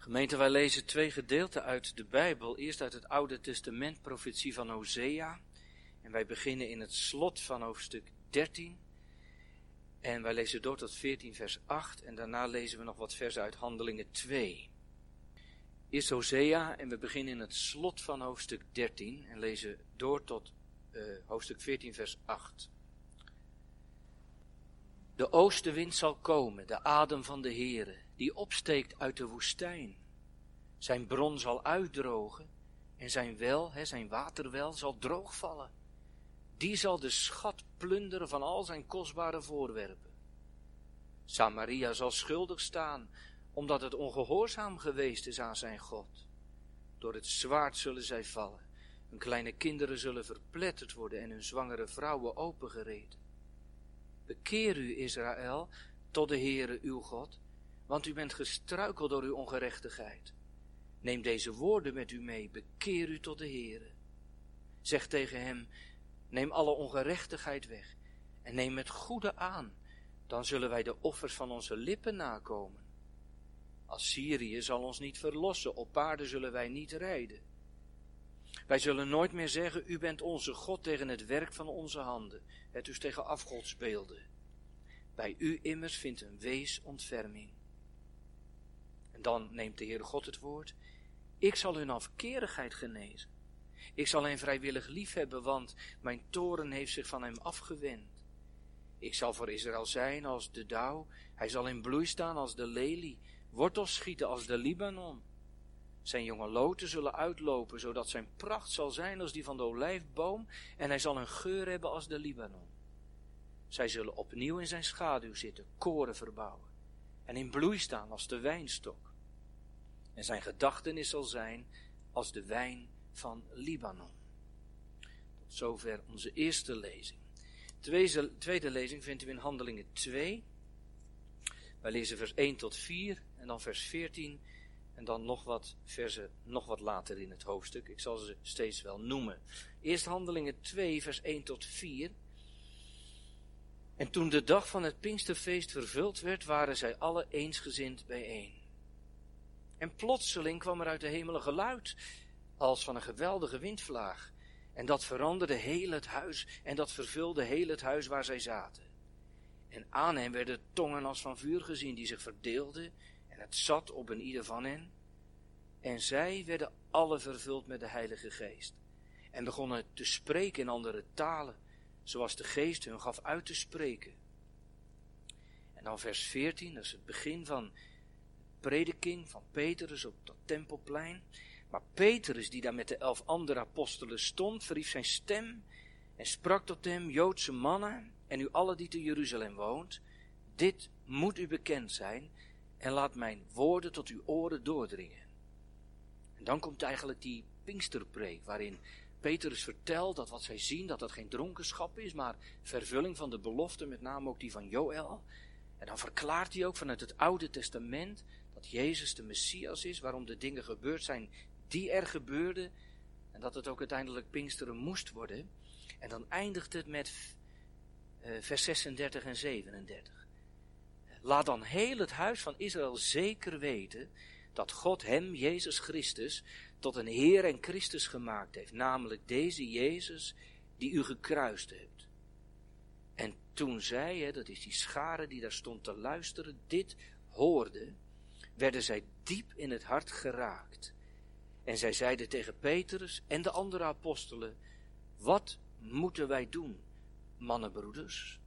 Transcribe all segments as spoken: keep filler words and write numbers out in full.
Gemeente, wij lezen twee gedeelten uit de Bijbel. Eerst uit het Oude Testament, profetie van Hosea. En wij beginnen in het slot van hoofdstuk dertien. En wij lezen door tot veertien vers acht. En daarna lezen we nog wat versen uit Handelingen twee. Eerst Hosea en we beginnen in het slot van hoofdstuk dertien. En lezen door tot uh, hoofdstuk veertien vers acht. De oostenwind zal komen, de adem van de Heere, die opsteekt uit de woestijn. Zijn bron zal uitdrogen en zijn wel, hè, zijn waterwel, zal droogvallen. Die zal de schat plunderen van al zijn kostbare voorwerpen. Samaria zal schuldig staan, omdat het ongehoorzaam geweest is aan zijn God. Door het zwaard zullen zij vallen. Hun kleine kinderen zullen verpletterd worden en hun zwangere vrouwen opengereten. Bekeer u, Israël, tot de Heere uw God, want u bent gestruikeld door uw ongerechtigheid. Neem deze woorden met u mee, bekeer u tot de Heere. Zeg tegen hem, neem alle ongerechtigheid weg en neem het goede aan, dan zullen wij de offers van onze lippen nakomen. Assyrië zal ons niet verlossen, op paarden zullen wij niet rijden. Wij zullen nooit meer zeggen, u bent onze God tegen het werk van onze handen, het dus tegen afgodsbeelden. Bij u immers vindt een wees ontferming. En dan neemt de Heere God het woord, ik zal hun afkerigheid genezen. Ik zal hen vrijwillig liefhebben, want mijn toorn heeft zich van hem afgewend. Ik zal voor Israël zijn als de dauw, hij zal in bloei staan als de lelie, wortels schieten als de Libanon. Zijn jonge loten zullen uitlopen, zodat zijn pracht zal zijn als die van de olijfboom, en hij zal een geur hebben als de Libanon. Zij zullen opnieuw in zijn schaduw zitten, koren verbouwen, en in bloei staan als de wijnstok. En zijn gedachtenis zal zijn als de wijn van Libanon. Tot zover onze eerste lezing. De tweede lezing vindt u in Handelingen twee. Wij lezen vers één tot vier en dan vers veertien. En dan nog wat versen, nog wat later in het hoofdstuk. Ik zal ze steeds wel noemen. Eerst Handelingen twee, vers één tot vier. En toen de dag van het Pinksterfeest vervuld werd, waren zij alle eensgezind bijeen. En plotseling kwam er uit de hemel een geluid, als van een geweldige windvlaag. En dat veranderde heel het huis, en dat vervulde heel het huis waar zij zaten. En aan hen werden tongen als van vuur gezien, die zich verdeelden, en het zat op een ieder van hen. En zij werden alle vervuld met de Heilige Geest. En begonnen te spreken in andere talen, zoals de Geest hun gaf uit te spreken. En dan vers veertien, dat is het begin van de prediking van Petrus op dat tempelplein. Maar Petrus, die daar met de elf andere apostelen stond, verhief zijn stem en sprak tot hem, Joodse mannen, en u allen die te Jeruzalem woont, dit moet u bekend zijn, en laat mijn woorden tot uw oren doordringen. En dan komt eigenlijk die Pinksterpreek, waarin Petrus vertelt dat wat zij zien, dat dat geen dronkenschap is, maar vervulling van de belofte, met name ook die van Joël. En dan verklaart hij ook vanuit het Oude Testament dat Jezus de Messias is, waarom de dingen gebeurd zijn die er gebeurden, en dat het ook uiteindelijk Pinksteren moest worden. En dan eindigt het met uh, vers zesendertig en zevenendertig. Laat dan heel het huis van Israël zeker weten dat God hem, Jezus Christus, tot een Heer en Christus gemaakt heeft, namelijk deze Jezus die u gekruist hebt. En toen zij, hè, dat is die schare die daar stond te luisteren, dit hoorde, werden zij diep in het hart geraakt. En zij zeiden tegen Petrus en de andere apostelen, wat moeten wij doen, mannenbroeders?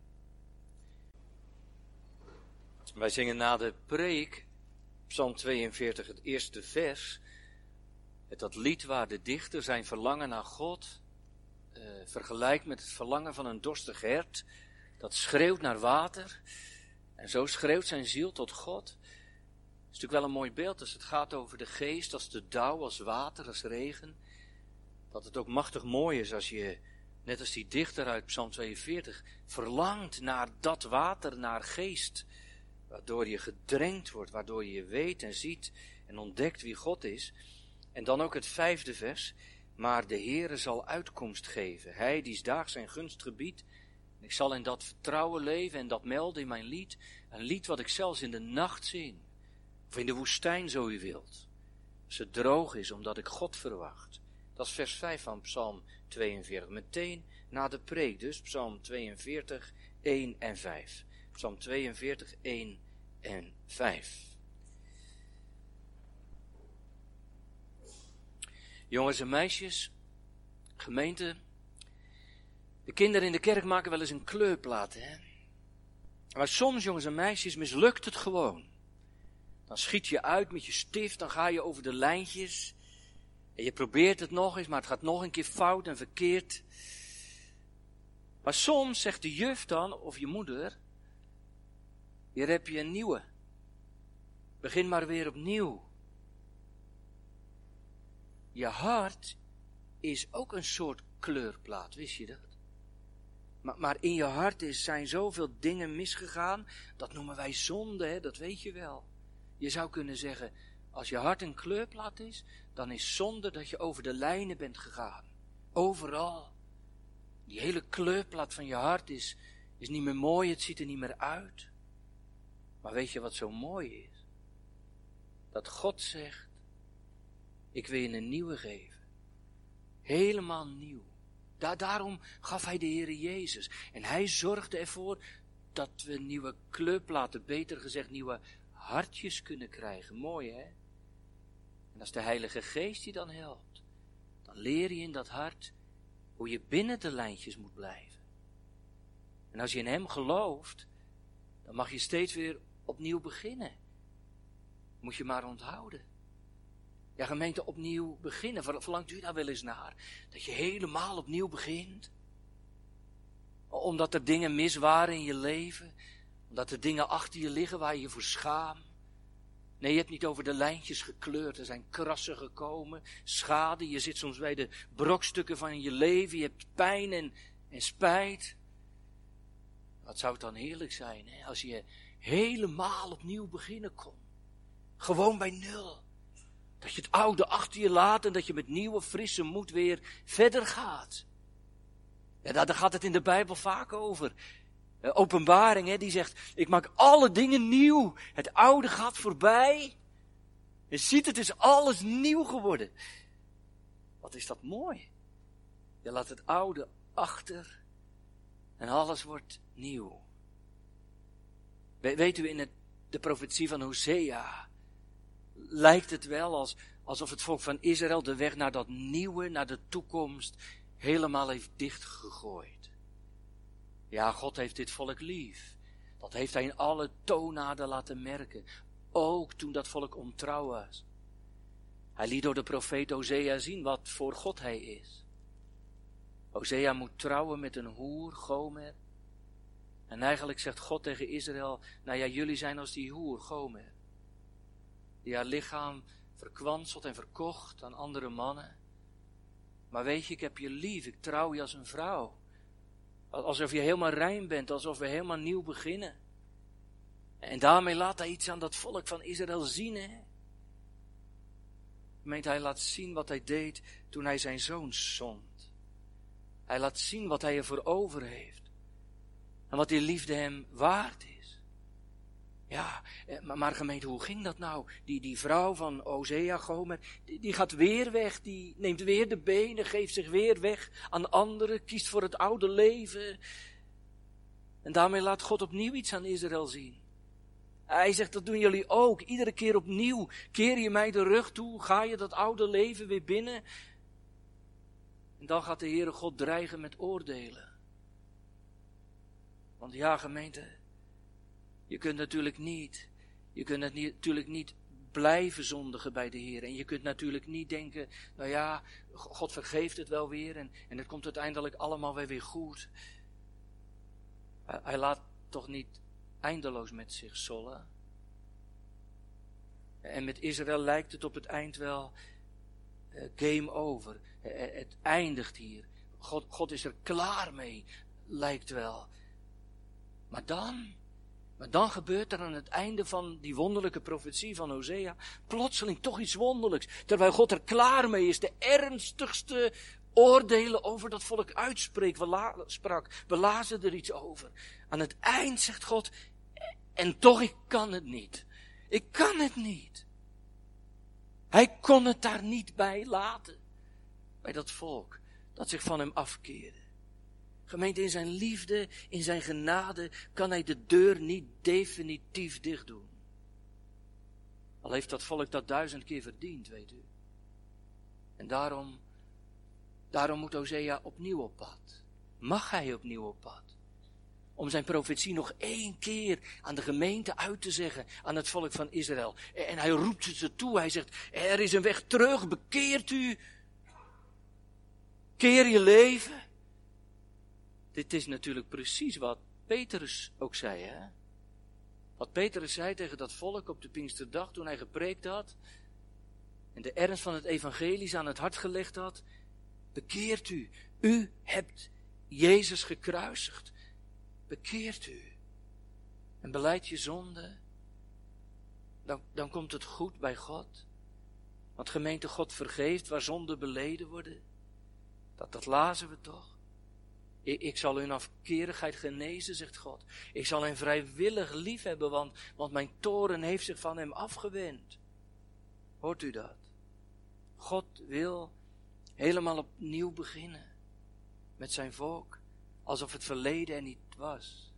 Wij zingen na de preek, Psalm tweeënveertig, het eerste vers, met dat lied waar de dichter zijn verlangen naar God uh, vergelijkt met het verlangen van een dorstig hert, dat schreeuwt naar water, en zo schreeuwt zijn ziel tot God. Het is natuurlijk wel een mooi beeld als het gaat over de geest, als de dauw, als water, als regen, dat het ook machtig mooi is als je, net als die dichter uit Psalm tweeënveertig, verlangt naar dat water, naar geest, waardoor je gedrenkt wordt, waardoor je weet en ziet en ontdekt wie God is. En dan ook het vijfde vers, maar de Heere zal uitkomst geven, hij die daags zijn gunst gebiedt. Ik zal in dat vertrouwen leven en dat melden in mijn lied, een lied wat ik zelfs in de nacht zing, of in de woestijn zo u wilt. Als het droog is, omdat ik God verwacht. Dat is vers vijf van Psalm tweeënveertig. Meteen na de preek dus, Psalm tweeënveertig, één en vijf. Psalm tweeënveertig, één en vijf. Jongens en meisjes, gemeente, de kinderen in de kerk maken wel eens een kleurplaat, hè. Maar soms, jongens en meisjes, mislukt het gewoon. Dan schiet je uit met je stift, dan ga je over de lijntjes. En je probeert het nog eens, maar het gaat nog een keer fout en verkeerd. Maar soms zegt de juf dan, of je moeder, hier heb je een nieuwe. Begin maar weer opnieuw. Je hart is ook een soort kleurplaat, wist je dat? Maar, maar in je hart is, zijn zoveel dingen misgegaan, dat noemen wij zonde, hè? Dat weet je wel. Je zou kunnen zeggen, als je hart een kleurplaat is, dan is zonde dat je over de lijnen bent gegaan. Overal. Die hele kleurplaat van je hart is, is niet meer mooi, het ziet er niet meer uit. Maar weet je wat zo mooi is? Dat God zegt, ik wil je een nieuwe geven. Helemaal nieuw. Da- daarom gaf hij de Heere Jezus. En hij zorgde ervoor dat we nieuwe kleurplaten, beter gezegd nieuwe hartjes kunnen krijgen. Mooi, hè? En als de Heilige Geest je dan helpt, dan leer je in dat hart hoe je binnen de lijntjes moet blijven. En als je in hem gelooft, dan mag je steeds weer opnieuw beginnen. Moet je maar onthouden. Ja, gemeente, opnieuw beginnen. Verlangt u daar wel eens naar? Dat je helemaal opnieuw begint? Omdat er dingen mis waren in je leven? Omdat er dingen achter je liggen waar je je voor schaamt? Nee, je hebt niet over de lijntjes gekleurd. Er zijn krassen gekomen, schade. Je zit soms bij de brokstukken van je leven. Je hebt pijn en, en spijt. Wat zou het dan heerlijk zijn, hè? Als je helemaal opnieuw beginnen kon. Gewoon bij nul. Dat je het oude achter je laat en dat je met nieuwe, frisse moed weer verder gaat. Ja, daar gaat het in de Bijbel vaak over. Openbaring, hè, die zegt, ik maak alle dingen nieuw. Het oude gaat voorbij. Je ziet, het is alles nieuw geworden. Wat is dat mooi. Je laat het oude achter en alles wordt nieuw. We, weet u, in het, de profetie van Hosea lijkt het wel als, alsof het volk van Israël de weg naar dat nieuwe, naar de toekomst, helemaal heeft dichtgegooid. Ja, God heeft dit volk lief. Dat heeft hij in alle toonaarden laten merken. Ook toen dat volk ontrouw was. Hij liet door de profeet Hosea zien wat voor God hij is. Hosea moet trouwen met een hoer, Gomer. En eigenlijk zegt God tegen Israël, nou ja, jullie zijn als die hoer, Gomer. Die haar lichaam verkwanseld en verkocht aan andere mannen. Maar weet je, ik heb je lief, ik trouw je als een vrouw. Alsof je helemaal rein bent, alsof we helemaal nieuw beginnen. En daarmee laat hij iets aan dat volk van Israël zien, hè. Meent hij laat zien wat hij deed toen hij zijn zoon zond. Hij laat zien wat hij ervoor over heeft. En wat die liefde hem waard is. Ja, maar gemeente, hoe ging dat nou? Die, die vrouw van Hosea, Gomer, die, die gaat weer weg, die neemt weer de benen, geeft zich weer weg aan anderen, kiest voor het oude leven. En daarmee laat God opnieuw iets aan Israël zien. Hij zegt, dat doen jullie ook, iedere keer opnieuw. Keer je mij de rug toe, ga je dat oude leven weer binnen. En dan gaat de Heere God dreigen met oordelen. Want ja, gemeente, je kunt natuurlijk niet, je kunt het niet, natuurlijk niet blijven zondigen bij de Heer. En je kunt natuurlijk niet denken, nou ja, God vergeeft het wel weer en, en het komt uiteindelijk allemaal weer, weer goed. Hij, hij laat toch niet eindeloos met zich sollen. En met Israël lijkt het op het eind wel uh, game over. Uh, het eindigt hier. God, God is er klaar mee, lijkt wel. Maar dan... Maar dan gebeurt er aan het einde van die wonderlijke profetie van Hosea plotseling toch iets wonderlijks. Terwijl God er klaar mee is, de ernstigste oordelen over dat volk uitspreekt. We, la- sprak, we lazen er iets over. Aan het eind zegt God, en toch ik kan het niet. Ik kan het niet. Hij kon het daar niet bij laten. Bij dat volk dat zich van hem afkeerde. Gemeente, in zijn liefde, in zijn genade kan hij de deur niet definitief dicht doen. Al heeft dat volk dat duizend keer verdiend, weet u. En daarom, daarom moet Hosea opnieuw op pad. Mag hij opnieuw op pad? Om zijn profetie nog één keer aan de gemeente uit te zeggen, aan het volk van Israël. En hij roept ze toe, hij zegt, er is een weg terug, bekeert u. Keer je leven. Dit is natuurlijk precies wat Petrus ook zei, hè. Wat Petrus zei tegen dat volk op de Pinksterdag toen hij gepreekt had. En de ernst van het evangelie aan het hart gelegd had. Bekeert u. U hebt Jezus gekruisigd. Bekeert u. En belijdt je zonde. Dan, dan komt het goed bij God. Want gemeente, God vergeeft waar zonden beleden worden. Dat, dat lazen we toch. Ik, ik zal hun afkerigheid genezen, zegt God. Ik zal hen vrijwillig lief hebben, want, want mijn toorn heeft zich van hem afgewend. Hoort u dat? God wil helemaal opnieuw beginnen. Met zijn volk. Alsof het verleden er niet was.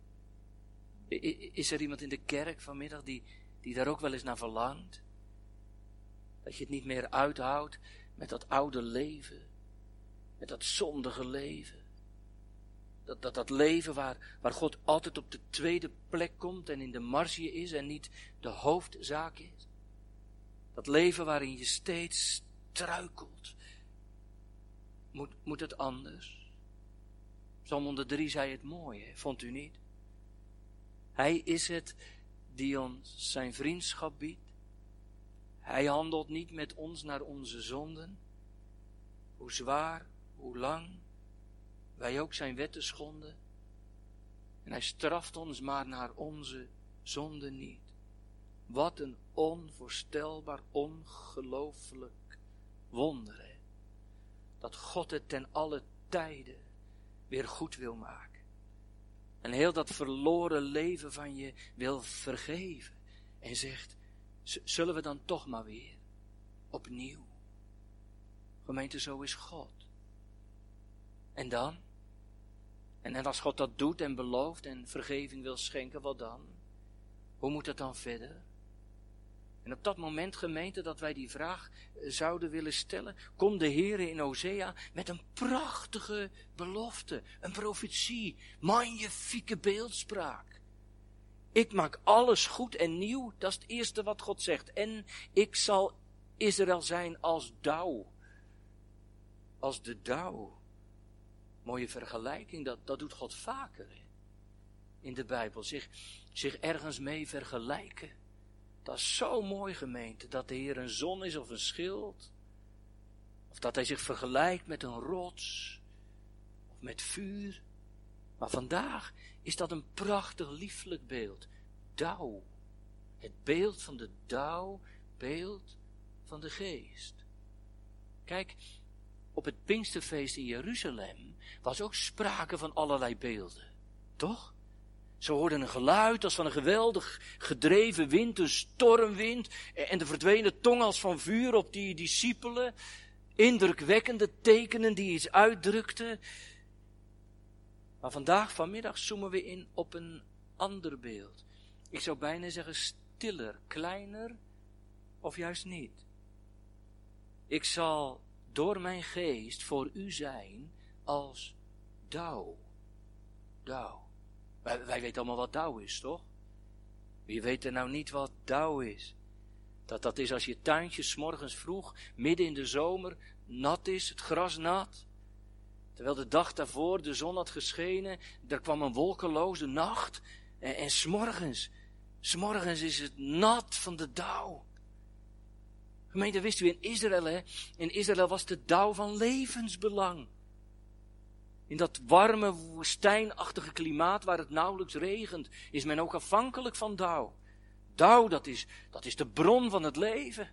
Is er iemand in de kerk vanmiddag die, die daar ook wel eens naar verlangt? Dat je het niet meer uithoudt met dat oude leven. Met dat zondige leven. Dat, dat, dat leven waar, waar God altijd op de tweede plek komt en in de marge is en niet de hoofdzaak is. Dat leven waarin je steeds struikelt. Moet, moet het anders? Psalm honderddrie zei het mooi, hè? Vond u niet? Hij is het die ons zijn vriendschap biedt. Hij handelt niet met ons naar onze zonden. Hoe zwaar, hoe lang wij ook zijn wetten schonden. En hij straft ons maar naar onze zonden niet. Wat een onvoorstelbaar, ongelooflijk wonder, hè? Dat God het ten alle tijden weer goed wil maken. En heel dat verloren leven van je wil vergeven. En zegt, zullen we dan toch maar weer opnieuw. Gemeente, zo is God. En dan? En, en als God dat doet en belooft en vergeving wil schenken, wat dan? Hoe moet het dan verder? En op dat moment, gemeente, dat wij die vraag zouden willen stellen, komt de Heere in Hosea met een prachtige belofte, een profetie, magnifieke beeldspraak. Ik maak alles goed en nieuw, dat is het eerste wat God zegt. En ik zal Israël zijn als dauw. Als de dauw. Mooie vergelijking, dat, dat doet God vaker, hè? In de Bijbel. Zich, zich ergens mee vergelijken. Dat is zo mooi, gemeente, dat de Heer een zon is of een schild. Of dat hij zich vergelijkt met een rots. Of met vuur. Maar vandaag is dat een prachtig lieflijk beeld. Dauw. Het beeld van de dauw, beeld van de geest. Kijk, op het Pinksterfeest in Jeruzalem was ook sprake van allerlei beelden. Toch? Ze hoorden een geluid als van een geweldig gedreven wind, een stormwind. En de verdwenen tong als van vuur op die discipelen. Indrukwekkende tekenen die iets uitdrukten. Maar vandaag, vanmiddag, zoomen we in op een ander beeld. Ik zou bijna zeggen stiller, kleiner of juist niet. Ik zal door mijn geest voor u zijn als dauw. Dauw. Wij, wij weten allemaal wat dauw is, toch? Wie weet er nou niet wat dauw is? Dat dat is als je tuintje 's morgens vroeg, midden in de zomer, nat is, het gras nat. Terwijl de dag daarvoor de zon had geschenen, er kwam een wolkeloze nacht. En, en 's morgens, 's morgens is het nat van de dauw. Gemeente, wist u in Israël, hè? In Israël was de dauw van levensbelang. In dat warme, woestijnachtige klimaat waar het nauwelijks regent, is men ook afhankelijk van dauw. Dauw, dat is, dat is de bron van het leven.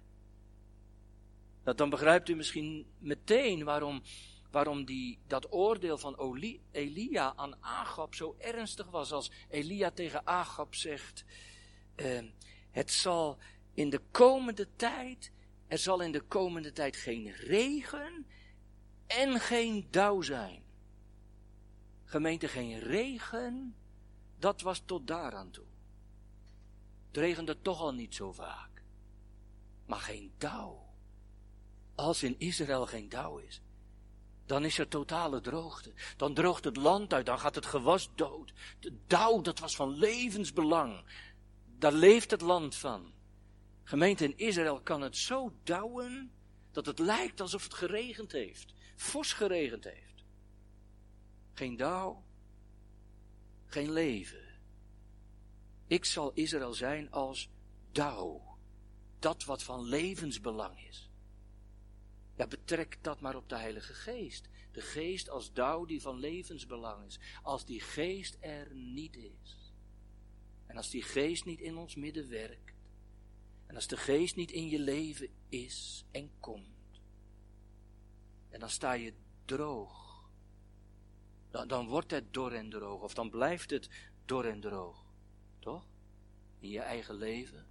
Dat, dan begrijpt u misschien meteen waarom, waarom die, dat oordeel van Oli, Elia aan Agab zo ernstig was. Als Elia tegen Agab zegt, eh, het zal in de komende tijd er zal in de komende tijd geen regen en geen dauw zijn. Gemeente, geen regen, dat was tot daaraan toe. Het regende toch al niet zo vaak. Maar geen dauw. Als in Israël geen dauw is, dan is er totale droogte. Dan droogt het land uit, dan gaat het gewas dood. De dauw, dat was van levensbelang. Daar leeft het land van. Gemeente, in Israël kan het zo dauwen, dat het lijkt alsof het geregend heeft. Fors geregend heeft. Geen dauw, geen leven. Ik zal Israël zijn als dauw. Dat wat van levensbelang is. Ja, betrek dat maar op de Heilige Geest. De Geest als dauw die van levensbelang is. Als die Geest er niet is. En als die Geest niet in ons midden werkt. En als de Geest niet in je leven is en komt. En dan sta je droog. Dan, dan wordt het dor en droog. Of dan blijft het dor en droog. Toch? In je eigen leven.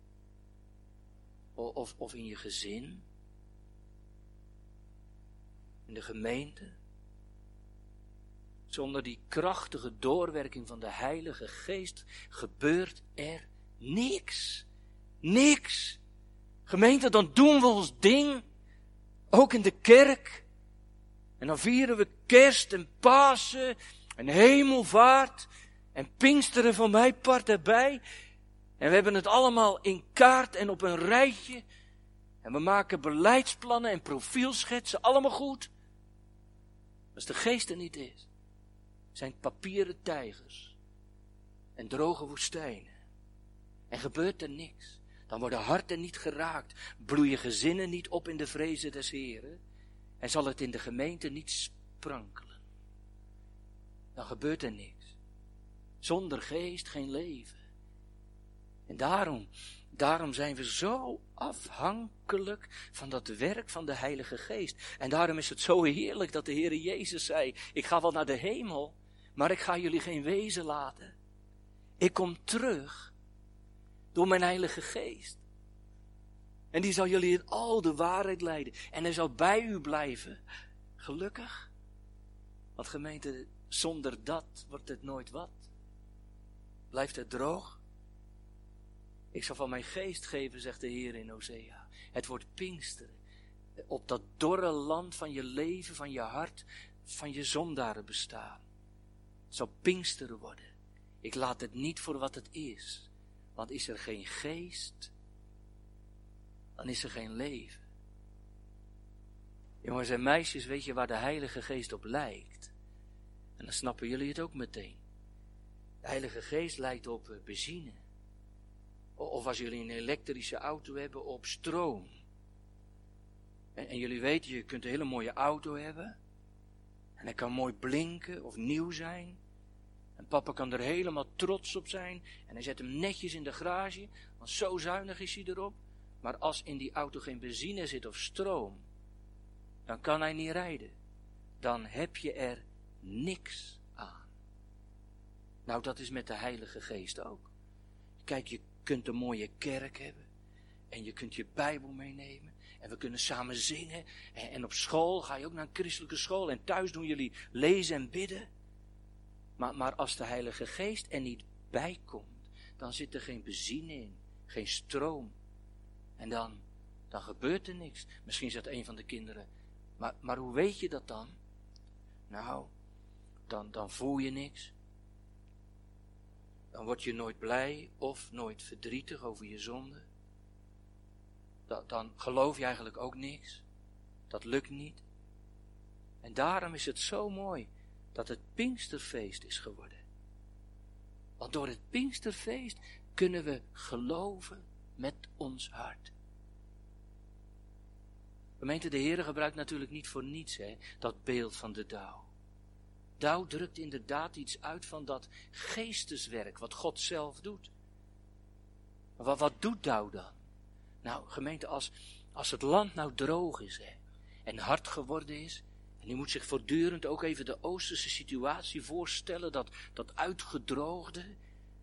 Of, of, of in je gezin. In de gemeente. Zonder die krachtige doorwerking van de Heilige Geest gebeurt er niks. Niks. Gemeente, dan doen we ons ding. Ook in de kerk. En dan vieren we kerst en Pasen en hemelvaart en Pinksteren van mijn part erbij. En we hebben het allemaal in kaart en op een rijtje. En we maken beleidsplannen en profielschetsen, allemaal goed. Als de Geest er niet is, zijn het papieren tijgers en droge woestijnen. En gebeurt er niks. Dan worden harten niet geraakt, bloeien gezinnen niet op in de vrezen des Heren. En zal het in de gemeente niet sprankelen. Dan gebeurt er niks. Zonder Geest geen leven. En daarom, daarom zijn we zo afhankelijk van dat werk van de Heilige Geest. En daarom is het zo heerlijk dat de Heere Jezus zei, ik ga wel naar de hemel, maar ik ga jullie geen wezen laten. Ik kom terug door mijn Heilige Geest. En die zal jullie in al de waarheid leiden. En hij zal bij u blijven. Gelukkig. Want gemeente, zonder dat wordt het nooit wat. Blijft het droog. Ik zal van mijn geest geven, zegt de Heer in Hosea. Het wordt Pinksteren. Op dat dorre land van je leven, van je hart, van je zondaren bestaan. Het zal Pinksteren worden. Ik laat het niet voor wat het is. Want is er geen geest, dan is er geen leven. Jongens en meisjes, weet je waar de Heilige Geest op lijkt? En dan snappen jullie het ook meteen. De Heilige Geest lijkt op benzine. Of als jullie een elektrische auto hebben, op stroom. En, en jullie weten, je kunt een hele mooie auto hebben. En hij kan mooi blinken of nieuw zijn. En papa kan er helemaal trots op zijn. En hij zet hem netjes in de garage. Want zo zuinig is hij erop. Maar als in die auto geen benzine zit of stroom, dan kan hij niet rijden. Dan heb je er niks aan. Nou, dat is met de Heilige Geest ook. Kijk, je kunt een mooie kerk hebben. En je kunt je Bijbel meenemen. En we kunnen samen zingen. En, en op school ga je ook naar een christelijke school. En thuis doen jullie lezen en bidden. Maar, maar als de Heilige Geest er niet bij komt, dan zit er geen benzine in. Geen stroom. En dan, dan gebeurt er niks. Misschien zegt een van de kinderen, maar, maar hoe weet je dat dan? Nou, dan, dan voel je niks. Dan word je nooit blij of nooit verdrietig over je zonde. Dan, dan geloof je eigenlijk ook niks. Dat lukt niet. En daarom is het zo mooi dat het Pinksterfeest is geworden. Want door het Pinksterfeest kunnen we geloven met ons hart. Gemeente, de Heere gebruikt natuurlijk niet voor niets, hè, dat beeld van de dauw. Dauw drukt inderdaad iets uit van dat geesteswerk, wat God zelf doet. Maar wat, wat doet dauw dan? Nou, gemeente, als, als het land nou droog is, hè, en hard geworden is, en u moet zich voortdurend ook even de Oosterse situatie voorstellen, dat, dat uitgedroogde,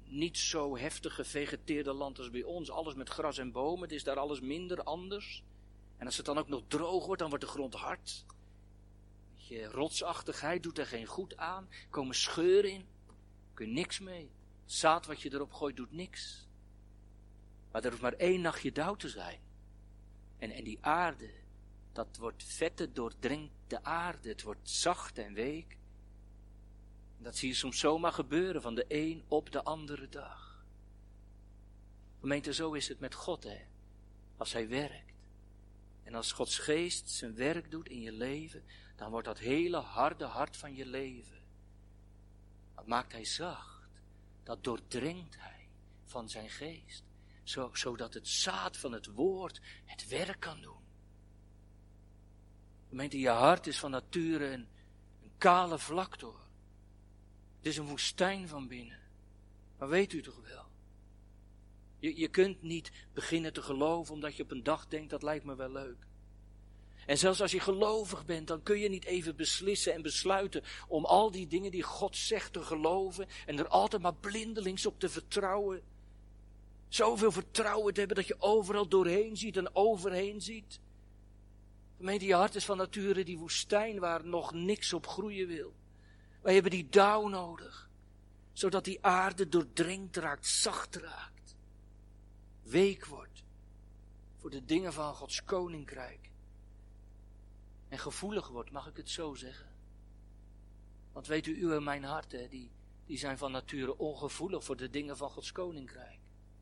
niet zo heftig gevegeteerde land als bij ons. Alles met gras en bomen. Het is daar alles minder anders. En als het dan ook nog droog wordt, dan wordt de grond hard. Je rotsachtigheid doet er geen goed aan. Er komen scheuren in. Daar kun je niks mee. Het zaad wat je erop gooit doet niks. Maar er hoeft maar één nachtje dauw te zijn. En, en die aarde, dat wordt vette, doordringt de aarde. Het wordt zacht en week. Dat zie je soms zomaar gebeuren van de een op de andere dag. Gemeente, zo is het met God, hè. Als hij werkt. En als Gods geest zijn werk doet in je leven, dan wordt dat hele harde hart van je leven. Dat maakt hij zacht. Dat doordringt hij van zijn geest. Zo, zodat het zaad van het woord het werk kan doen. Gemeente, je hart is van nature een, een kale vlak door. Het is een woestijn van binnen. Maar weet u toch wel. Je, je kunt niet beginnen te geloven omdat je op een dag denkt, dat lijkt me wel leuk. En zelfs als je gelovig bent, dan kun je niet even beslissen en besluiten om al die dingen die God zegt te geloven en er altijd maar blindelings op te vertrouwen. Zoveel vertrouwen te hebben dat je overal doorheen ziet en overheen ziet. Gemeente, je hart is van nature die woestijn waar nog niks op groeien wil. Wij hebben die dauw nodig, zodat die aarde doordrenkt raakt, zacht raakt. Week wordt voor de dingen van Gods koninkrijk. En gevoelig wordt, mag ik het zo zeggen. Want weet u, u en mijn hart, hè, die, die zijn van nature ongevoelig voor de dingen van Gods koninkrijk.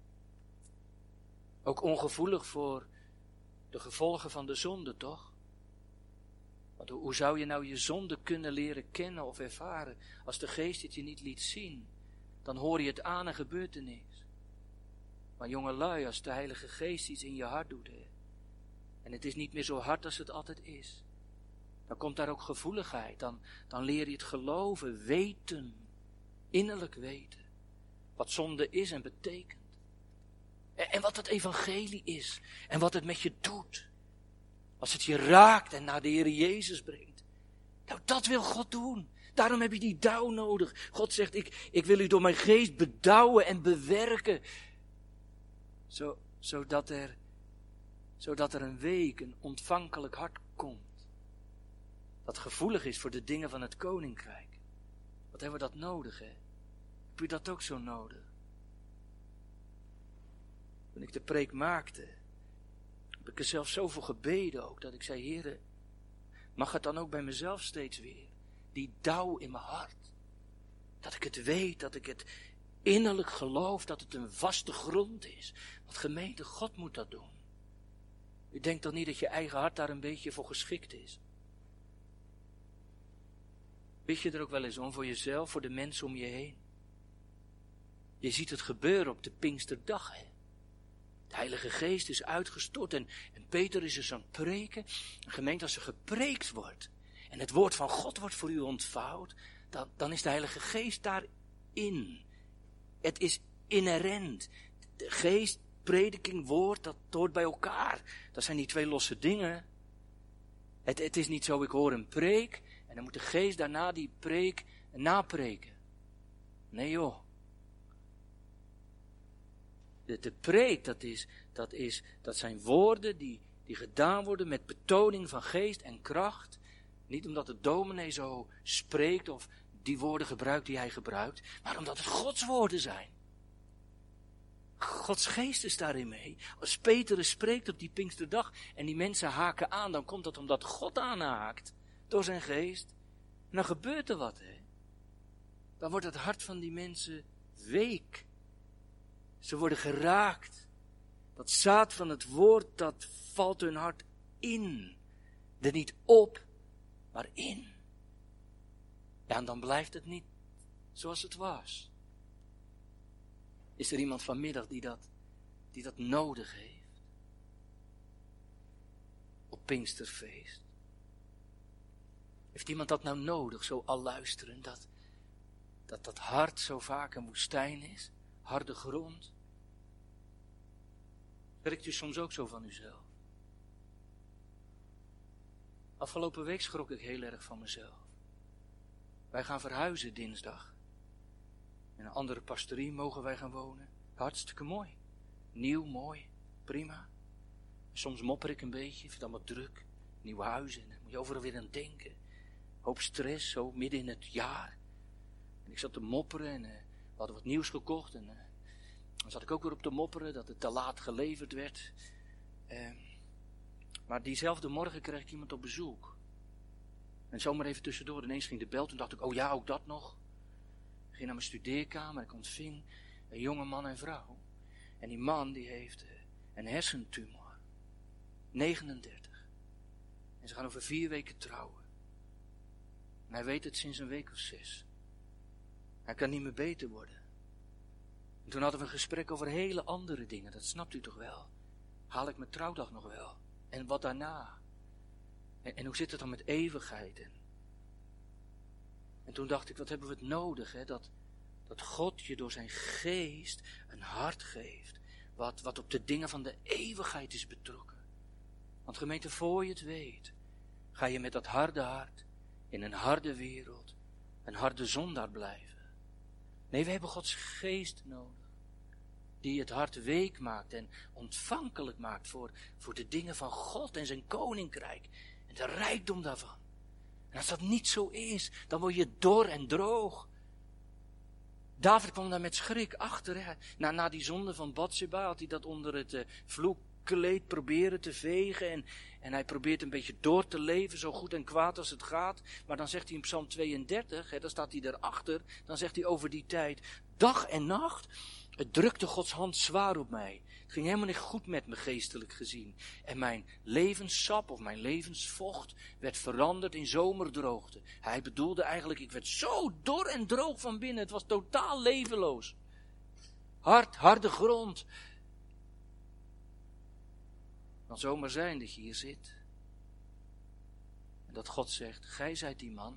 Ook ongevoelig voor de gevolgen van de zonde, toch? Want hoe zou je nou je zonde kunnen leren kennen of ervaren als de geest het je niet liet zien? Dan hoor je het aan en gebeurt er niks. Maar jongelui, als de Heilige Geest iets in je hart doet, hè, en het is niet meer zo hard als het altijd is, dan komt daar ook gevoeligheid. Dan, dan leer je het geloven, weten, innerlijk weten, wat zonde is en betekent. En, en wat het evangelie is en wat het met je doet. Als het je raakt en naar de Heer Jezus brengt. Nou, dat wil God doen. Daarom heb je die dauw nodig. God zegt, ik, ik wil u door mijn geest bedouwen en bewerken. Zo, zodat, er, zodat er een week, een ontvankelijk hart komt. Dat gevoelig is voor de dingen van het koninkrijk. Wat hebben we dat nodig, hè? Heb je dat ook zo nodig? Toen ik de preek maakte, heb ik er zelf zoveel gebeden ook, dat ik zei, Heere, mag het dan ook bij mezelf steeds weer, die dauw in mijn hart. Dat ik het weet, dat ik het innerlijk geloof, dat het een vaste grond is. Want gemeente, God moet dat doen. U denkt toch niet dat je eigen hart daar een beetje voor geschikt is? Bid je er ook wel eens om voor jezelf, voor de mensen om je heen? Je ziet het gebeuren op de Pinksterdag, hè? De Heilige Geest is uitgestort en, en Peter is dus aan het preken. Een gemeente, als er gepreekt wordt en het woord van God wordt voor u ontvouwd, dan, dan is de Heilige Geest daarin. Het is inherent. De geest, prediking, woord, dat hoort bij elkaar. Dat zijn die twee losse dingen. Het, het is niet zo, ik hoor een preek en dan moet de geest daarna die preek napreken. Nee joh. De, de preek, dat, is, dat, is, dat zijn woorden die, die gedaan worden met betoning van geest en kracht. Niet omdat de dominee zo spreekt of die woorden gebruikt die hij gebruikt, maar omdat het Gods woorden zijn. Gods geest is daarin mee. Als Petrus spreekt op die Pinksterdag en die mensen haken aan, dan komt dat omdat God aanhaakt door zijn geest. En dan gebeurt er wat, hè. Dan wordt het hart van die mensen week. Ze worden geraakt. Dat zaad van het woord, dat valt hun hart in. Er niet op, maar in. Ja, en dan blijft het niet zoals het was. Is er iemand vanmiddag die dat, die dat nodig heeft? Op Pinksterfeest. Heeft iemand dat nou nodig, zo al luisteren, dat dat, dat hart zo vaak een woestijn is? Harde grond. Werkt u soms ook zo van uzelf? Afgelopen week schrok ik heel erg van mezelf. Wij gaan verhuizen dinsdag. In een andere pastorie mogen wij gaan wonen. Hartstikke mooi. Nieuw, mooi, prima. Soms mopper ik een beetje, vind het allemaal druk. Nieuwe huizen, en dan moet je overal weer aan denken. Hoop stress, zo midden in het jaar. En ik zat te mopperen en uh, we hadden wat nieuws gekocht. En uh, dan zat ik ook weer op te mopperen dat het te laat geleverd werd. Uh, maar diezelfde morgen kreeg ik iemand op bezoek. En zomaar even tussendoor, ineens ging de bel. Toen dacht ik, oh ja, ook dat nog. Ik ging naar mijn studeerkamer, ik ontving een jonge man en vrouw. En die man die heeft uh, een hersentumor. negenendertig. En ze gaan over vier weken trouwen. En hij weet het sinds een week of zes. Hij kan niet meer beter worden. En toen hadden we een gesprek over hele andere dingen, dat snapt u toch wel. Haal ik mijn trouwdag nog wel? En wat daarna? En, en hoe zit het dan met eeuwigheid? En, en toen dacht ik, wat hebben we het nodig, hè? Dat, dat God je door zijn geest een hart geeft, wat, wat op de dingen van de eeuwigheid is betrokken. Want gemeente, voor je het weet, ga je met dat harde hart in een harde wereld een harde zondaar blijven. Nee, we hebben Gods geest nodig, die het hart week maakt en ontvankelijk maakt voor, voor de dingen van God en zijn koninkrijk en de rijkdom daarvan. En als dat niet zo is, dan word je dor en droog. David kwam daar met schrik achter. Hè. Na, na die zonde van Batseba had hij dat onder het uh, vloekkleed proberen te vegen. En, en hij probeert een beetje door te leven, zo goed en kwaad als het gaat. Maar dan zegt hij in Psalm tweeëndertig, hè, dan staat hij daarachter. Dan zegt hij over die tijd, dag en nacht, het drukte Gods hand zwaar op mij. Het ging helemaal niet goed met me geestelijk gezien. En mijn levenssap of mijn levensvocht werd veranderd in zomerdroogte. Hij bedoelde eigenlijk, ik werd zo dor en droog van binnen. Het was totaal levenloos. Hard, harde grond. Kan zomaar zijn dat je hier zit. En dat God zegt, gij zijt die man.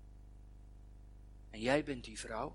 En jij bent die vrouw.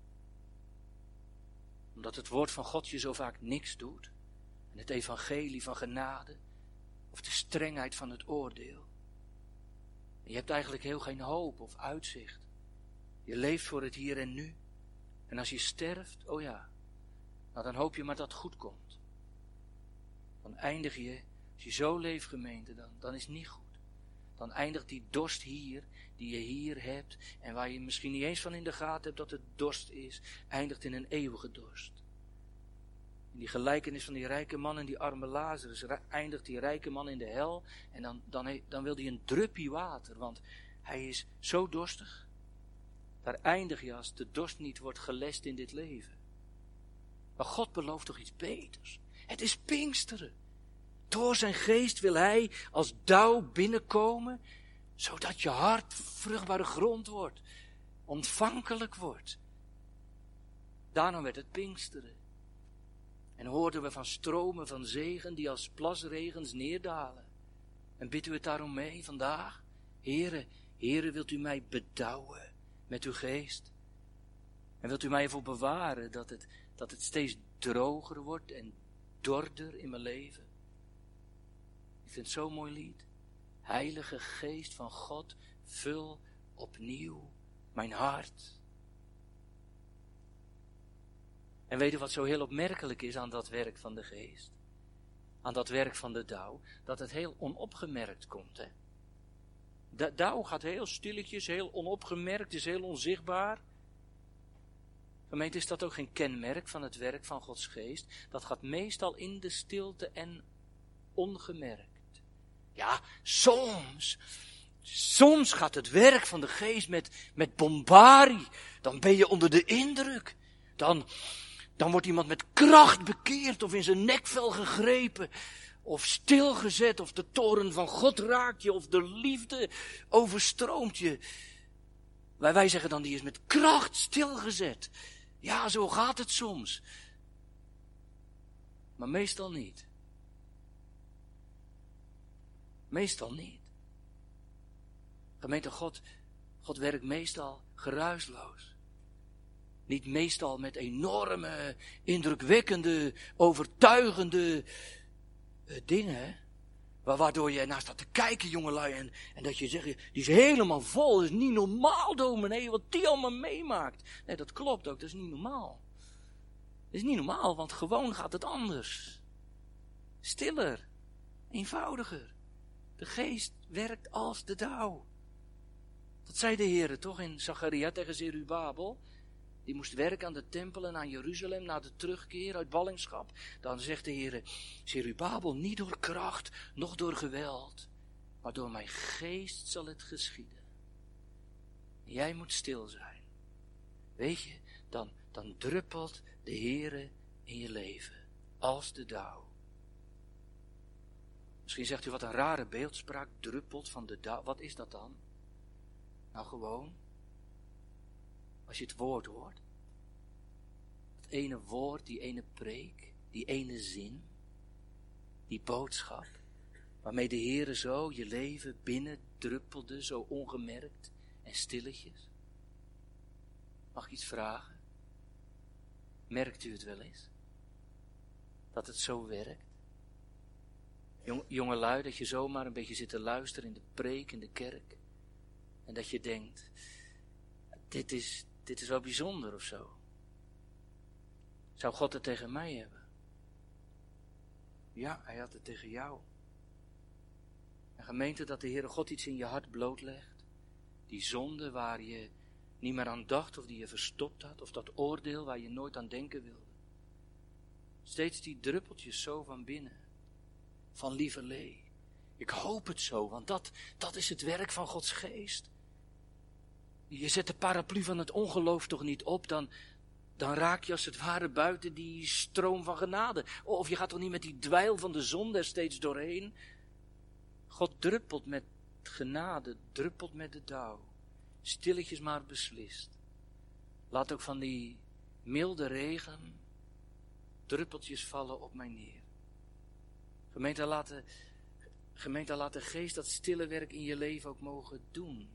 Omdat het woord van God je zo vaak niks doet. En het evangelie van genade. Of de strengheid van het oordeel. En je hebt eigenlijk heel geen hoop of uitzicht. Je leeft voor het hier en nu. En als je sterft, oh ja. Nou dan hoop je maar dat het goed komt. Dan eindig je, als je zo leeft gemeente, dan, dan is het niet goed. Dan eindigt die dorst hier, die je hier hebt, en waar je misschien niet eens van in de gaten hebt dat het dorst is, eindigt in een eeuwige dorst. In die gelijkenis van die rijke man en die arme Lazarus eindigt die rijke man in de hel, en dan, dan, dan wil hij een druppie water, want hij is zo dorstig. Daar eindig je als de dorst niet wordt gelest in dit leven. Maar God belooft toch iets beters. Het is Pinksteren. Door zijn geest wil hij als dauw binnenkomen, zodat je hart vruchtbare grond wordt, ontvankelijk wordt. Daarom werd het Pinksteren. En hoorden we van stromen van zegen die als plasregens neerdalen. En bidden we het daarom mee vandaag? Heere, Heere, wilt u mij bedouwen met uw geest? En wilt u mij ervoor bewaren dat het, dat het steeds droger wordt en dorder in mijn leven? Ik vind het zo'n mooi lied. Heilige Geest van God, vul opnieuw mijn hart. En weet u wat zo heel opmerkelijk is aan dat werk van de Geest? Aan dat werk van de dauw? Dat het heel onopgemerkt komt. Hè? De dauw gaat heel stilletjes, heel onopgemerkt, is heel onzichtbaar. Gemeente, is dat ook geen kenmerk van het werk van Gods Geest? Dat gaat meestal in de stilte en ongemerkt. Ja, soms, soms gaat het werk van de Geest met, met bombarie. Dan ben je onder de indruk. Dan, dan wordt iemand met kracht bekeerd of in zijn nekvel gegrepen. Of stilgezet, of de toren van God raakt je, of de liefde overstroomt je. Wij, wij zeggen dan, die is met kracht stilgezet. Ja, zo gaat het soms. Maar meestal niet. Meestal niet. Gemeente, God, God werkt meestal geruisloos. Niet meestal met enorme, indrukwekkende, overtuigende uh, dingen. Waardoor je ernaar staat te kijken, jongelui. En, en dat je zegt, die is helemaal vol. Dat is niet normaal, dominee, wat die allemaal meemaakt. Nee, dat klopt ook, dat is niet normaal. Dat is niet normaal, want gewoon gaat het anders. Stiller, eenvoudiger. De geest werkt als de dauw. Dat zei de Heer toch in Zacharia tegen Zerubabel. Die moest werken aan de tempel en aan Jeruzalem na de terugkeer uit ballingschap. Dan zegt de Heer, Zerubabel, niet door kracht, noch door geweld, maar door mijn geest zal het geschieden. En jij moet stil zijn. Weet je, dan, dan druppelt de Heer in je leven, als de dauw. Misschien zegt u, wat een rare beeldspraak, druppelt van de dauw. Wat is dat dan? Nou gewoon, als je het woord hoort. Dat ene woord, die ene preek, die ene zin, die boodschap, waarmee de Heere zo je leven binnen druppelde, zo ongemerkt en stilletjes. Mag ik iets vragen? Merkt u het wel eens? Dat het zo werkt? Jong, jongelui, dat je zomaar een beetje zit te luisteren in de preek, in de kerk. En dat je denkt, dit is, dit is wel bijzonder of zo. Zou God het tegen mij hebben? Ja, hij had het tegen jou. En gemeente, dat de Heere God iets in je hart blootlegt. Die zonde waar je niet meer aan dacht of die je verstopt had. Of dat oordeel waar je nooit aan denken wilde. Steeds die druppeltjes zo van binnen. Van lieverlee. Ik hoop het zo, want dat, dat is het werk van Gods geest. Je zet de paraplu van het ongeloof toch niet op, dan, dan raak je als het ware buiten die stroom van genade. Of je gaat toch niet met die dweil van de zonde er steeds doorheen. God druppelt met genade, druppelt met de dauw. Stilletjes maar beslist. Laat ook van die milde regen druppeltjes vallen op mij neer. Gemeente, laat de, gemeente, laat de geest dat stille werk in je leven ook mogen doen.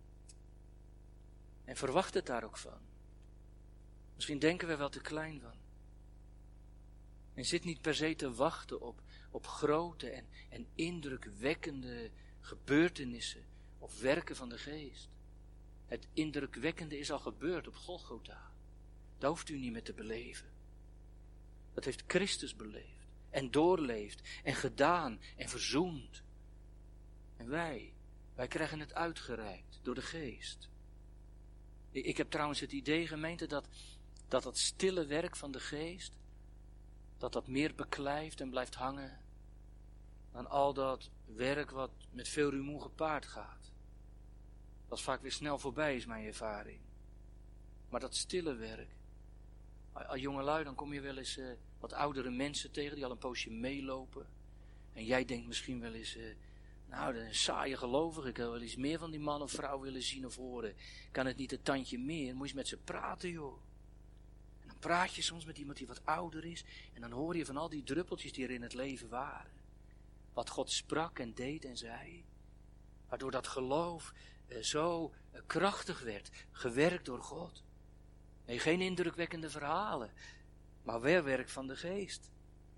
En verwacht het daar ook van. Misschien denken we wel te klein van. En zit niet per se te wachten op, op grote en, en indrukwekkende gebeurtenissen of werken van de geest. Het indrukwekkende is al gebeurd op Golgotha. Daar hoeft u niet meer te beleven. Dat heeft Christus beleefd en doorleefd en gedaan en verzoend. En wij, wij krijgen het uitgereikt door de geest. Ik heb trouwens het idee, gemeente, dat dat, dat stille werk van de geest, dat dat meer beklijft en blijft hangen dan al dat werk wat met veel rumoer gepaard gaat. Dat vaak weer snel voorbij is, mijn ervaring. Maar dat stille werk, als jongelui, dan kom je wel eens uh, wat oudere mensen tegen die al een poosje meelopen. En jij denkt misschien wel eens, uh, nou, dat is een saaie gelovige, ik wil wel eens meer van die man of vrouw willen zien of horen. Kan het niet een tandje meer? Moet je eens met ze praten, joh. En dan praat je soms met iemand die wat ouder is en dan hoor je van al die druppeltjes die er in het leven waren. Wat God sprak en deed en zei. Waardoor dat geloof uh, zo uh, krachtig werd, gewerkt door God. Nee, geen indrukwekkende verhalen, maar wel werk van de geest.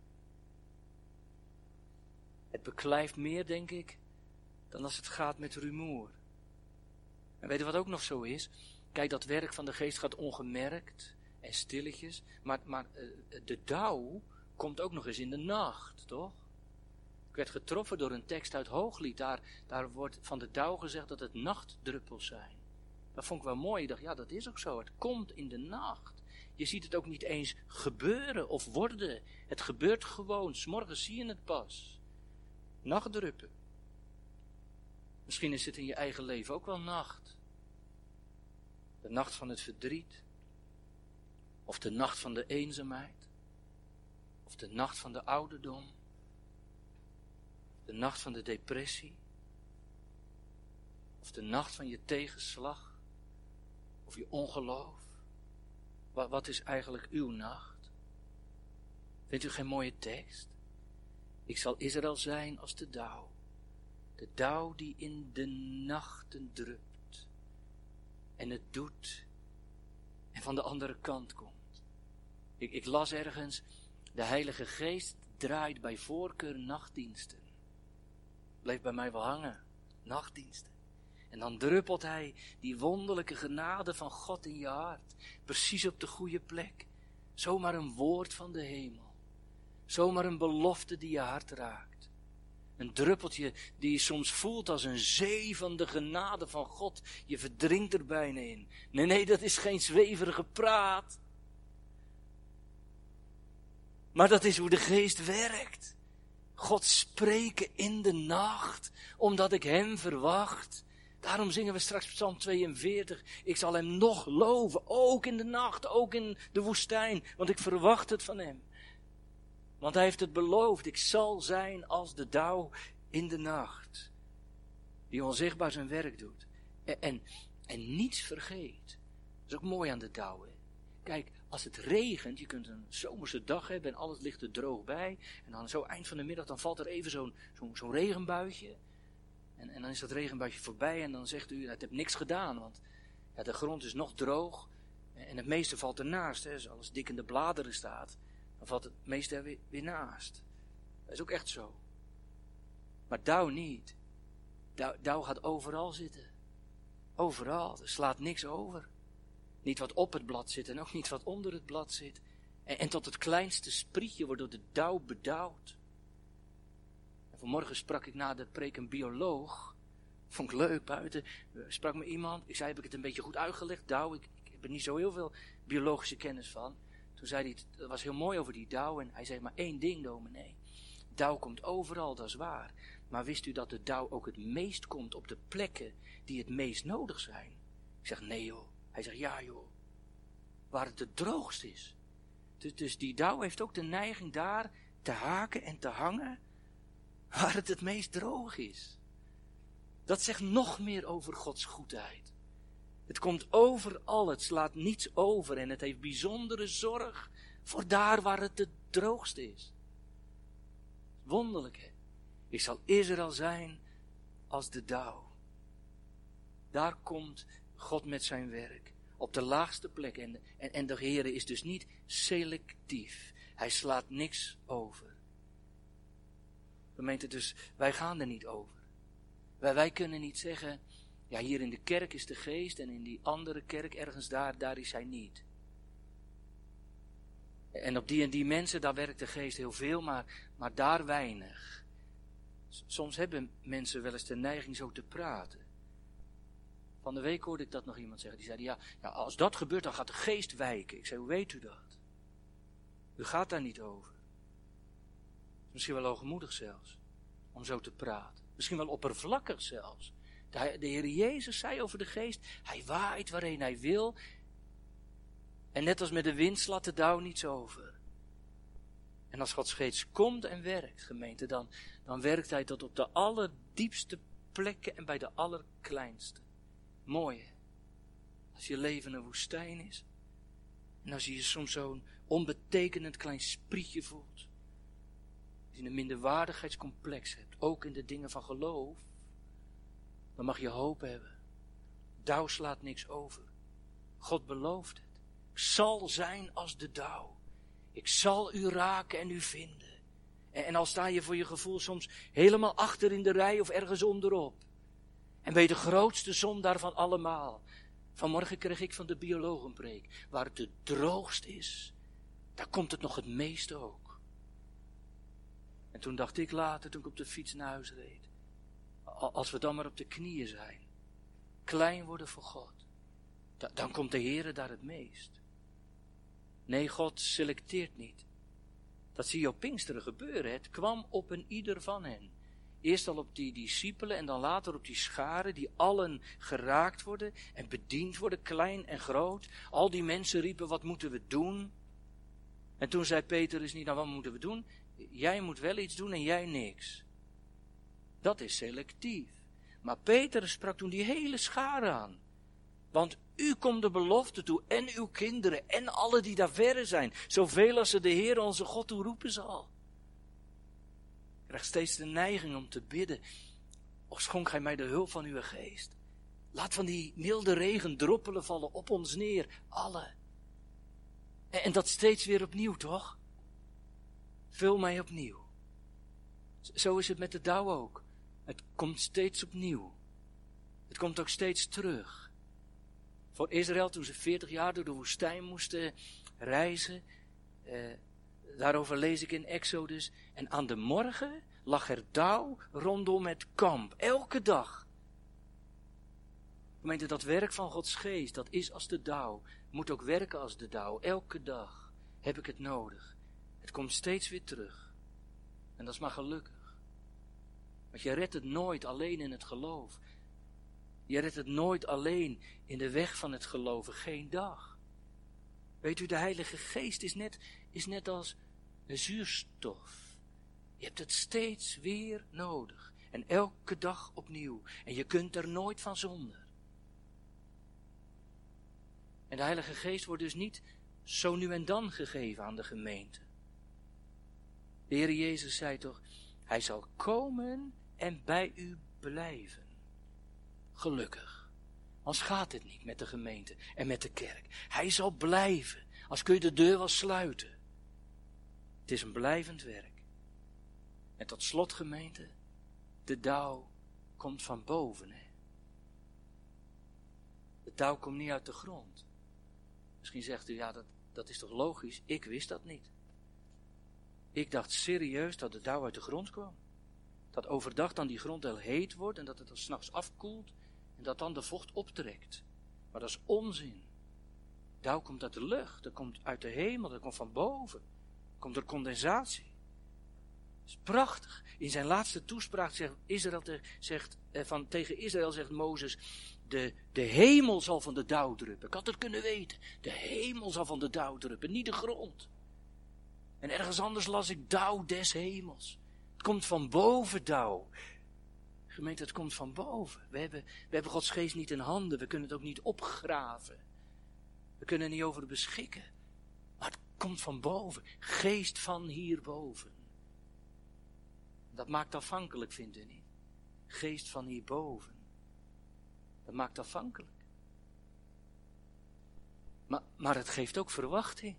Het beklijft meer, denk ik, dan als het gaat met rumoer. En weet je wat ook nog zo is? Kijk, dat werk van de geest gaat ongemerkt en stilletjes, maar, maar uh, de dauw komt ook nog eens in de nacht, toch? Ik werd getroffen door een tekst uit Hooglied, daar, daar wordt van de dauw gezegd dat het nachtdruppels zijn. Dat vond ik wel mooi. Ik dacht, ja, dat is ook zo. Het komt in de nacht. Je ziet het ook niet eens gebeuren of worden. Het gebeurt gewoon. 's Morgens zie je het pas. Nachtdruppen. Misschien is het in je eigen leven ook wel nacht. De nacht van het verdriet. Of de nacht van de eenzaamheid. Of de nacht van de ouderdom. De nacht van de depressie. Of de nacht van je tegenslag. Of je ongeloof. Wat, wat is eigenlijk uw nacht? Vindt u geen mooie tekst? Ik zal Israël zijn als de dauw. De dauw die in de nachten drupt. En het doet. En van de andere kant komt. Ik, ik las ergens. De Heilige Geest draait bij voorkeur nachtdiensten. bleef bij mij wel hangen. Nachtdiensten. En dan druppelt hij die wonderlijke genade van God in je hart. Precies op de goede plek. Zomaar een woord van de hemel. Zomaar een belofte die je hart raakt. Een druppeltje die je soms voelt als een zee van de genade van God. Je verdrinkt er bijna in. Nee, nee, dat is geen zweverige praat. Maar dat is hoe de geest werkt. God spreken in de nacht, omdat ik hem verwacht. Daarom zingen we straks Psalm tweeënveertig. Ik zal hem nog loven, ook in de nacht, ook in de woestijn, want ik verwacht het van hem. Want hij heeft het beloofd, ik zal zijn als de dauw in de nacht, die onzichtbaar zijn werk doet. En, en, en niets vergeet. Dat is ook mooi aan de dauw. Hè? Kijk, als het regent, je kunt een zomerse dag hebben en alles ligt er droog bij. En dan zo eind van de middag, dan valt er even zo'n, zo'n, zo'n regenbuitje. En, en dan is dat regenbuitje voorbij en dan zegt u, het heeft niks gedaan, want ja, de grond is nog droog. En het meeste valt ernaast. Hè. Als alles dik in de bladeren staat, dan valt het meeste er weer, weer naast. Dat is ook echt zo. Maar dauw niet. Dauw, dauw gaat overal zitten. Overal. Er slaat niks over. Niet wat op het blad zit en ook niet wat onder het blad zit. En, en tot het kleinste sprietje wordt door de dauw bedauwd. En vanmorgen sprak ik na de preek een bioloog. Vond ik leuk buiten. Sprak me iemand. Ik zei, heb ik het een beetje goed uitgelegd? Dauw, ik, ik heb er niet zo heel veel biologische kennis van. Toen zei hij, dat was heel mooi over die dauw. En hij zei, maar één ding, dominee. Dauw komt overal, dat is waar. Maar wist u dat de dauw ook het meest komt op de plekken die het meest nodig zijn? Ik zeg, nee joh. Hij zegt, ja joh, waar het het droogst is. Dus, dus die dauw heeft ook de neiging daar te haken en te hangen, waar het het meest droog is. Dat zegt nog meer over Gods goedheid. Het komt overal, het slaat niets over en het heeft bijzondere zorg voor daar waar het het droogst is. Wonderlijk hè. Ik zal Israël zijn als de dauw. Daar komt God met zijn werk. Op de laagste plek. En, en, en de Heere is dus niet selectief. Hij slaat niks over. Gemeente, dus wij gaan er niet over. Wij, wij kunnen niet zeggen, ja hier in de kerk is de geest en in die andere kerk ergens daar, daar is hij niet. En op die en die mensen, daar werkt de geest heel veel, maar, maar daar weinig. Soms hebben mensen wel eens de neiging zo te praten. Van de week hoorde ik dat nog iemand zeggen. Die zei, ja, ja, als dat gebeurt, dan gaat de geest wijken. Ik zei, hoe weet u dat? U gaat daar niet over. Misschien wel hoogmoedig zelfs, om zo te praten. Misschien wel oppervlakkig zelfs. De, de Heer Jezus zei over de geest, hij waait waarheen hij wil. En net als met de wind slaat de dauw niets over. En als Gods geest komt en werkt, gemeente, dan, dan werkt hij tot op de allerdiepste plekken en bij de allerkleinste. Mooi, hè? Als je leven een woestijn is. En als je je soms zo'n onbetekenend klein sprietje voelt. Als je een minderwaardigheidscomplex hebt, ook in de dingen van geloof. Dan mag je hoop hebben. Dauw slaat niks over. God belooft het. Ik zal zijn als de dauw. Ik zal u raken en u vinden. En, en al sta je voor je gevoel soms helemaal achter in de rij of ergens onderop. En ben je de grootste zondaar van allemaal. Vanmorgen kreeg ik van de bioloog een preek. Waar het het droogst is, daar komt het nog het meeste ook. En toen dacht ik later, toen ik op de fiets naar huis reed. Als we dan maar op de knieën zijn. Klein worden voor God. Dan komt de Heere daar het meest. Nee, God selecteert niet. Dat zie je op Pinksteren gebeuren. Het kwam op een ieder van hen. Eerst al op die discipelen en dan later op die scharen die allen geraakt worden en bediend worden, klein en groot. Al die mensen riepen, wat moeten we doen? En toen zei Petrus niet, nou wat moeten we doen? Jij moet wel iets doen en jij niks. Dat is selectief. Maar Petrus sprak toen die hele schare aan. Want u komt de belofte toe en uw kinderen en alle die daar verre zijn. Zoveel als ze de Heer onze God toe roepen zal. Ik krijg steeds de neiging om te bidden. Och, schonk gij mij de hulp van uw geest. Laat van die milde regen droppelen vallen op ons neer. Alle. En, en dat steeds weer opnieuw, toch? Vul mij opnieuw. Zo is het met de dauw ook. Het komt steeds opnieuw. Het komt ook steeds terug. Voor Israël, toen ze veertig jaar door de woestijn moesten reizen, eh, daarover lees ik in Exodus. En aan de morgen lag er dauw rondom het kamp, elke dag. Gemeente, dat werk van Gods geest, dat is als de dauw. Moet ook werken als de dauw. Elke dag heb ik het nodig. Het komt steeds weer terug. En dat is maar gelukkig. Want je redt het nooit alleen in het geloof. Je redt het nooit alleen in de weg van het geloven. Geen dag. Weet u, de Heilige Geest is net, is net als een zuurstof. Je hebt het steeds weer nodig. En elke dag opnieuw. En je kunt er nooit van zonder. En de Heilige Geest wordt dus niet zo nu en dan gegeven aan de gemeente. De Heer Jezus zei toch, hij zal komen en bij u blijven. Gelukkig. Anders gaat het niet met de gemeente en met de kerk. Hij zal blijven. Als kun je de deur wel sluiten. Het is een blijvend werk. En tot slot, gemeente, de dauw komt van boven. Hè? De dauw komt niet uit de grond. Misschien zegt u, ja, dat, dat is toch logisch? Ik wist dat niet. Ik dacht serieus dat de dauw uit de grond kwam. Dat overdag dan die grond heel heet wordt en dat het dan 's nachts afkoelt en dat dan de vocht optrekt. Maar dat is onzin. Dauw komt uit de lucht, dat komt uit de hemel, dat komt van boven. Dat komt door condensatie. Dat is prachtig. In zijn laatste toespraak zegt Israël, zegt, eh, van, tegen Israël zegt Mozes, de, de hemel zal van de dauw druppen. Ik had het kunnen weten. De hemel zal van de dauw druppen, niet de grond. En ergens anders las ik dauw des hemels. Het komt van boven dauw. Gemeente, het komt van boven. We hebben, we hebben Gods geest niet in handen. We kunnen het ook niet opgraven. We kunnen er niet over beschikken. Maar het komt van boven. Geest van hierboven. Dat maakt afhankelijk, vindt u niet? Geest van hierboven. Dat maakt afhankelijk. Maar, maar het geeft ook verwachting.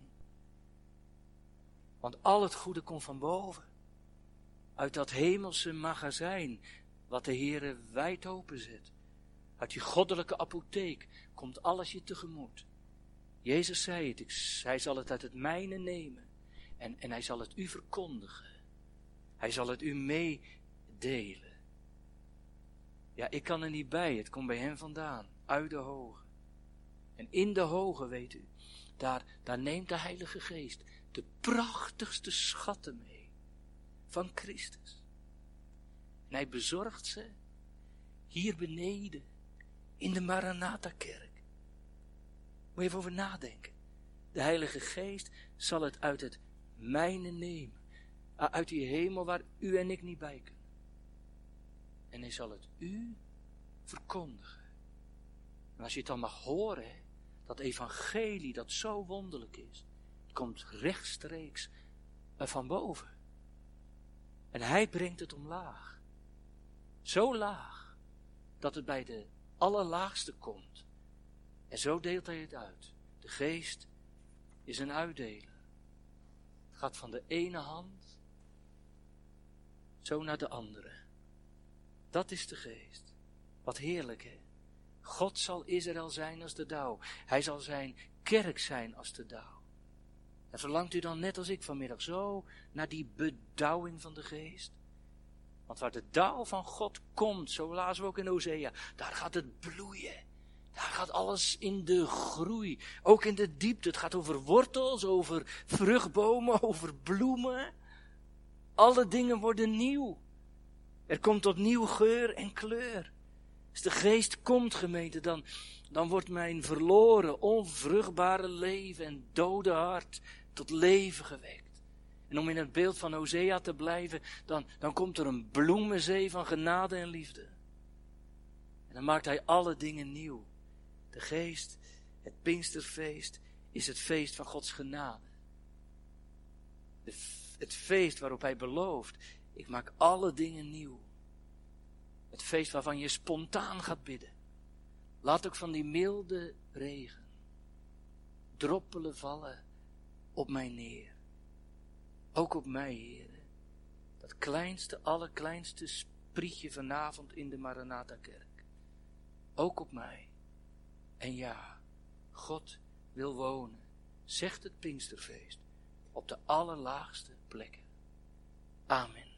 Want al het goede komt van boven. Uit dat hemelse magazijn, wat de Heere wijd open zet. Uit die goddelijke apotheek komt alles je tegemoet. Jezus zei het, ik, hij zal het uit het mijne nemen. En, en hij zal het u verkondigen. Hij zal het u meedelen. Ja, ik kan er niet bij, het komt bij hem vandaan, uit de hoge. En in de hoge, weet u, daar, daar neemt de Heilige Geest de prachtigste schatten mee van Christus. En hij bezorgt ze hier beneden in de Maranatha-kerk. Moet je even over nadenken. De Heilige Geest zal het uit het mijne nemen. Uit die hemel waar u en ik niet bij kunnen. En hij zal het u verkondigen. En als je het dan mag horen, hè, dat evangelie dat zo wonderlijk is. Het komt rechtstreeks van boven. En hij brengt het omlaag. Zo laag, dat het bij de allerlaagste komt. En zo deelt hij het uit. De geest is een uitdeler. Het gaat van de ene hand zo naar de andere. Dat is de geest. Wat heerlijk, hè? God zal Israël zijn als de dauw. Hij zal zijn kerk zijn als de dauw. En verlangt u dan net als ik vanmiddag zo naar die bedauwing van de geest? Want waar de dauw van God komt, zo lazen we ook in Hosea, daar gaat het bloeien. Daar gaat alles in de groei. Ook in de diepte. Het gaat over wortels, over vruchtbomen, over bloemen. Alle dingen worden nieuw. Er komt opnieuw geur en kleur. Als de geest komt, gemeente, dan, dan wordt mijn verloren, onvruchtbare leven en dode hart tot leven gewekt. En om in het beeld van Hosea te blijven, dan, dan komt er een bloemenzee van genade en liefde. En dan maakt hij alle dingen nieuw. De geest, het Pinksterfeest, is het feest van Gods genade. De, het feest waarop hij belooft, ik maak alle dingen nieuw. Het feest waarvan je spontaan gaat bidden. Laat ook van die milde regen droppelen vallen op mij neer. Ook op mij, Heer. Dat kleinste, allerkleinste prietje vanavond in de Maranatha-kerk. Ook op mij. En ja, God wil wonen, zegt het Pinksterfeest, op de allerlaagste plekken. Amen.